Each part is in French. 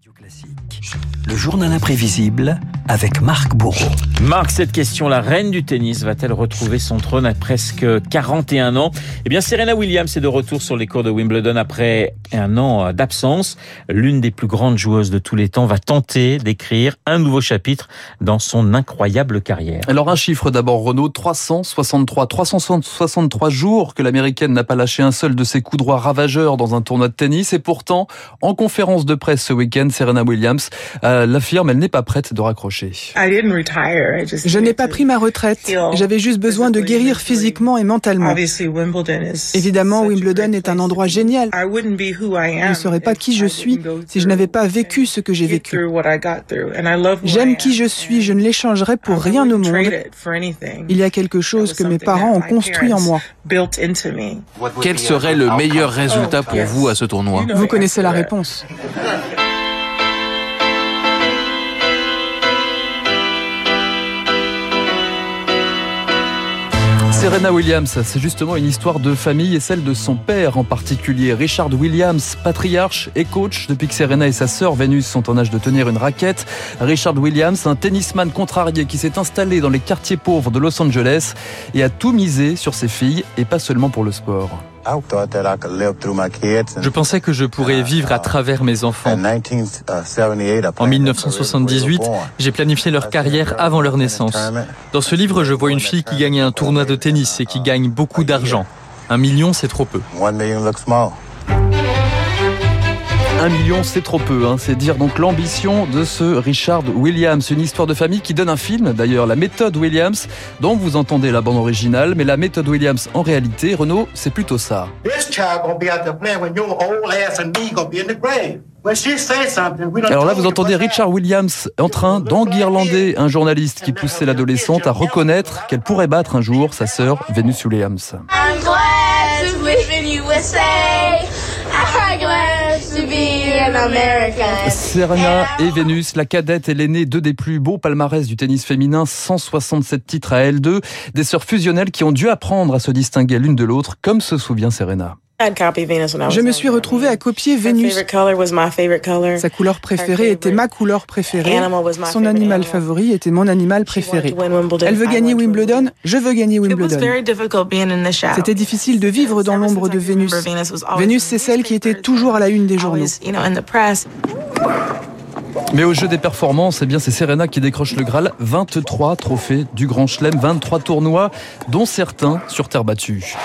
Classique. Le journal imprévisible avec Marc Bourreau. Marc, cette question, la reine du tennis va-t-elle retrouver son trône à presque 41 ans ? Eh bien, Serena Williams est de retour sur les cours de Wimbledon après un an d'absence. L'une des plus grandes joueuses de tous les temps va tenter d'écrire un nouveau chapitre dans son incroyable carrière. Alors un chiffre d'abord, Renaud, 363 jours que l'américaine n'a pas lâché un seul de ses coups droits ravageurs dans un tournoi de tennis. Et pourtant, en conférence de presse ce week-end, Serena Williams l'affirme, elle n'est pas prête de raccrocher. Je n'ai pas pris ma retraite. J'avais juste besoin de guérir physiquement et mentalement. Évidemment, Wimbledon est un endroit génial. Je ne saurais pas qui je suis si je n'avais pas vécu ce que j'ai vécu. J'aime qui je suis, je ne l'échangerai pour rien au monde. Il y a quelque chose que mes parents ont construit en moi. Quel serait le meilleur résultat pour vous à ce tournoi ? Vous connaissez la réponse. Serena Williams, c'est justement une histoire de famille et celle de son père en particulier. Richard Williams, patriarche et coach depuis que Serena et sa sœur Venus sont en âge de tenir une raquette. Richard Williams, un tennisman contrarié qui s'est installé dans les quartiers pauvres de Los Angeles et a tout misé sur ses filles et pas seulement pour le sport. Je pensais que je pourrais vivre à travers mes enfants. En 1978, j'ai planifié leur carrière avant leur naissance. Dans ce livre, je vois une fille qui gagne un tournoi de tennis et qui gagne beaucoup d'argent. 1 million, c'est trop peu. 1 million, c'est trop peu, c'est dire donc l'ambition de ce Richard Williams. Une histoire de famille qui donne un film, d'ailleurs, La méthode Williams, dont vous entendez la bande originale. Mais la méthode Williams, en réalité, Renaud, c'est plutôt ça. Alors là, vous entendez Richard Williams en train d'enguirlander un journaliste qui poussait l'adolescente à reconnaître qu'elle pourrait battre un jour sa sœur Venus Williams. Serena et Venus, la cadette et l'aînée, deux des plus beaux palmarès du tennis féminin, 167 titres à elles deux, des sœurs fusionnelles qui ont dû apprendre à se distinguer l'une de l'autre, comme se souvient Serena. Je me suis retrouvée à copier Vénus. Sa couleur préférée était ma couleur préférée. Son animal favori était mon animal préféré. Elle veut gagner Wimbledon, je veux gagner Wimbledon. C'était difficile de vivre dans l'ombre de Vénus. Vénus, c'est celle qui était toujours à la une des journaux. Mais au jeu des performances, c'est Serena qui décroche le Graal. 23 trophées du Grand Chelem, 23 tournois, dont certains sur terre battue.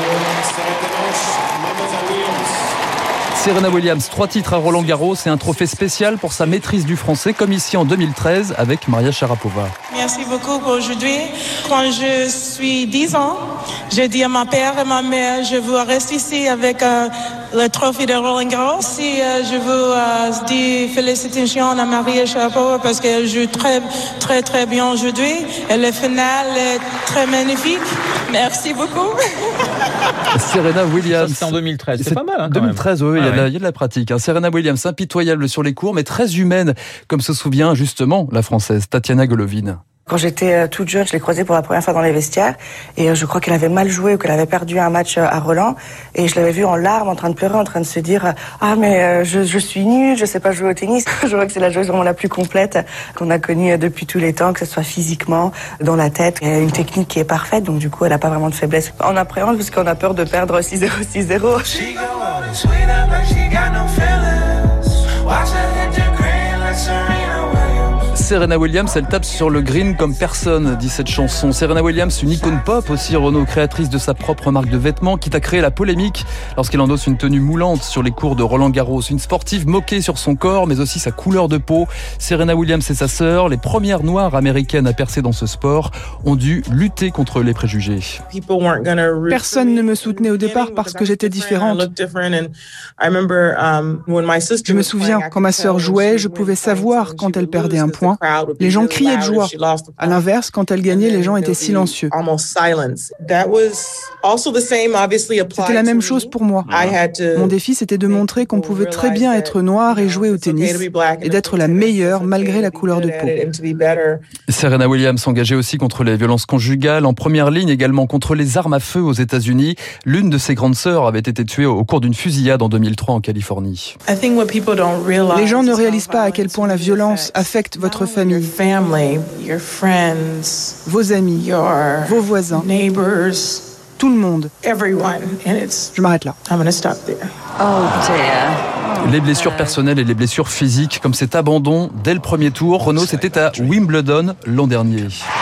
Serena Williams, 3 titres à Roland-Garros et un trophée spécial pour sa maîtrise du français, comme ici en 2013 avec Maria Sharapova. Merci beaucoup pour aujourd'hui. Quand je suis 10 ans, j'ai dit à mon père et ma mère, je veux rester ici avec le trophée de Roland-Garros. Et je veux dire félicitations à Maria Sharapova parce qu'elle joue très, très, très bien aujourd'hui. Et le final est très magnifique. Merci beaucoup. Serena Williams. Ça, c'était en 2013. C'est pas mal, 2013, oui, il y a de la pratique. Serena Williams, impitoyable sur les cours, mais très humaine, comme se souvient justement la Française Tatiana Golovin. Quand j'étais toute jeune, je l'ai croisée pour la première fois dans les vestiaires et je crois qu'elle avait mal joué ou qu'elle avait perdu un match à Roland et je l'avais vue en larmes, en train de pleurer, en train de se dire « Ah mais je suis nulle, je sais pas jouer au tennis ». Je crois que c'est la joueuse vraiment la plus complète qu'on a connue depuis tous les temps, que ce soit physiquement, dans la tête. Elle a une technique qui est parfaite, donc du coup elle a pas vraiment de faiblesse. On appréhende parce qu'on a peur de perdre 6-0, 6-0. Serena Williams, elle tape sur le green comme personne, dit cette chanson. Serena Williams, une icône pop aussi, Renaud, créatrice de sa propre marque de vêtements, quitte à créer la polémique lorsqu'elle endosse une tenue moulante sur les cours de Roland-Garros. Une sportive moquée sur son corps, mais aussi sa couleur de peau. Serena Williams et sa sœur, les premières noires américaines à percer dans ce sport, ont dû lutter contre les préjugés. Personne ne me soutenait au départ parce que j'étais différente. Je me souviens, quand ma sœur jouait, je pouvais savoir quand elle perdait un point. gens. Les gens criaient de joie. À l'inverse, quand elle gagnait, les gens étaient silencieux. C'était la même chose pour moi. Mon défi, c'était de montrer qu'on pouvait très bien être noir et jouer au tennis, et d'être la meilleure malgré la couleur de peau. Serena Williams s'engageait aussi contre les violences conjugales, en première ligne également contre les armes à feu aux États-Unis. L'une de ses grandes sœurs avait été tuée au cours d'une fusillade en 2003 en Californie. Les gens ne réalisent pas à quel point la violence affecte votre famille, vos amis, vos voisins, tout le monde. Je m'arrête là. Les blessures personnelles et les blessures physiques, comme cet abandon dès le premier tour. Renaud, c'était à Wimbledon l'an dernier.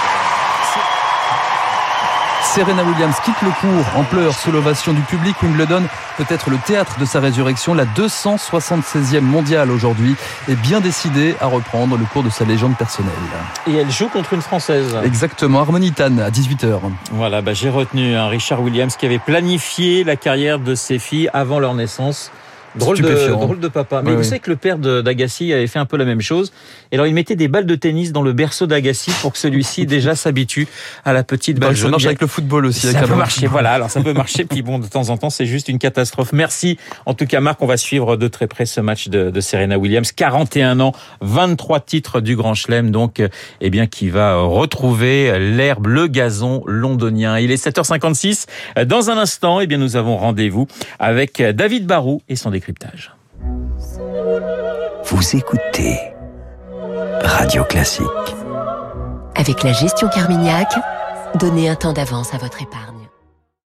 Serena Williams quitte le court en pleurs sous l'ovation du public. Wimbledon peut être le théâtre de sa résurrection. La 276e mondiale aujourd'hui est bien décidée à reprendre le cours de sa légende personnelle. Et elle joue contre une Française. Exactement, Harmony Tan à 18h. Voilà, j'ai retenu Richard Williams qui avait planifié la carrière de ses filles avant leur naissance. Drôle de papa. Mais vous savez que le père d'Agassi avait fait un peu la même chose. Et alors, il mettait des balles de tennis dans le berceau d'Agassi pour que celui-ci déjà s'habitue à la petite balle jaune. Ça marche avec le football aussi. Ça peut marcher, voilà. Alors, ça peut marcher. Puis bon, de temps en temps, c'est juste une catastrophe. Merci. En tout cas, Marc, on va suivre de très près ce match de Serena Williams. 41 ans, 23 titres du Grand Chelem. Donc, qui va retrouver l'herbe, le gazon londonien. Il est 7h56. Dans un instant, nous avons rendez-vous avec David Barou et son décryptage. Vous écoutez Radio Classique. Avec la gestion Carmignac, donnez un temps d'avance à votre épargne.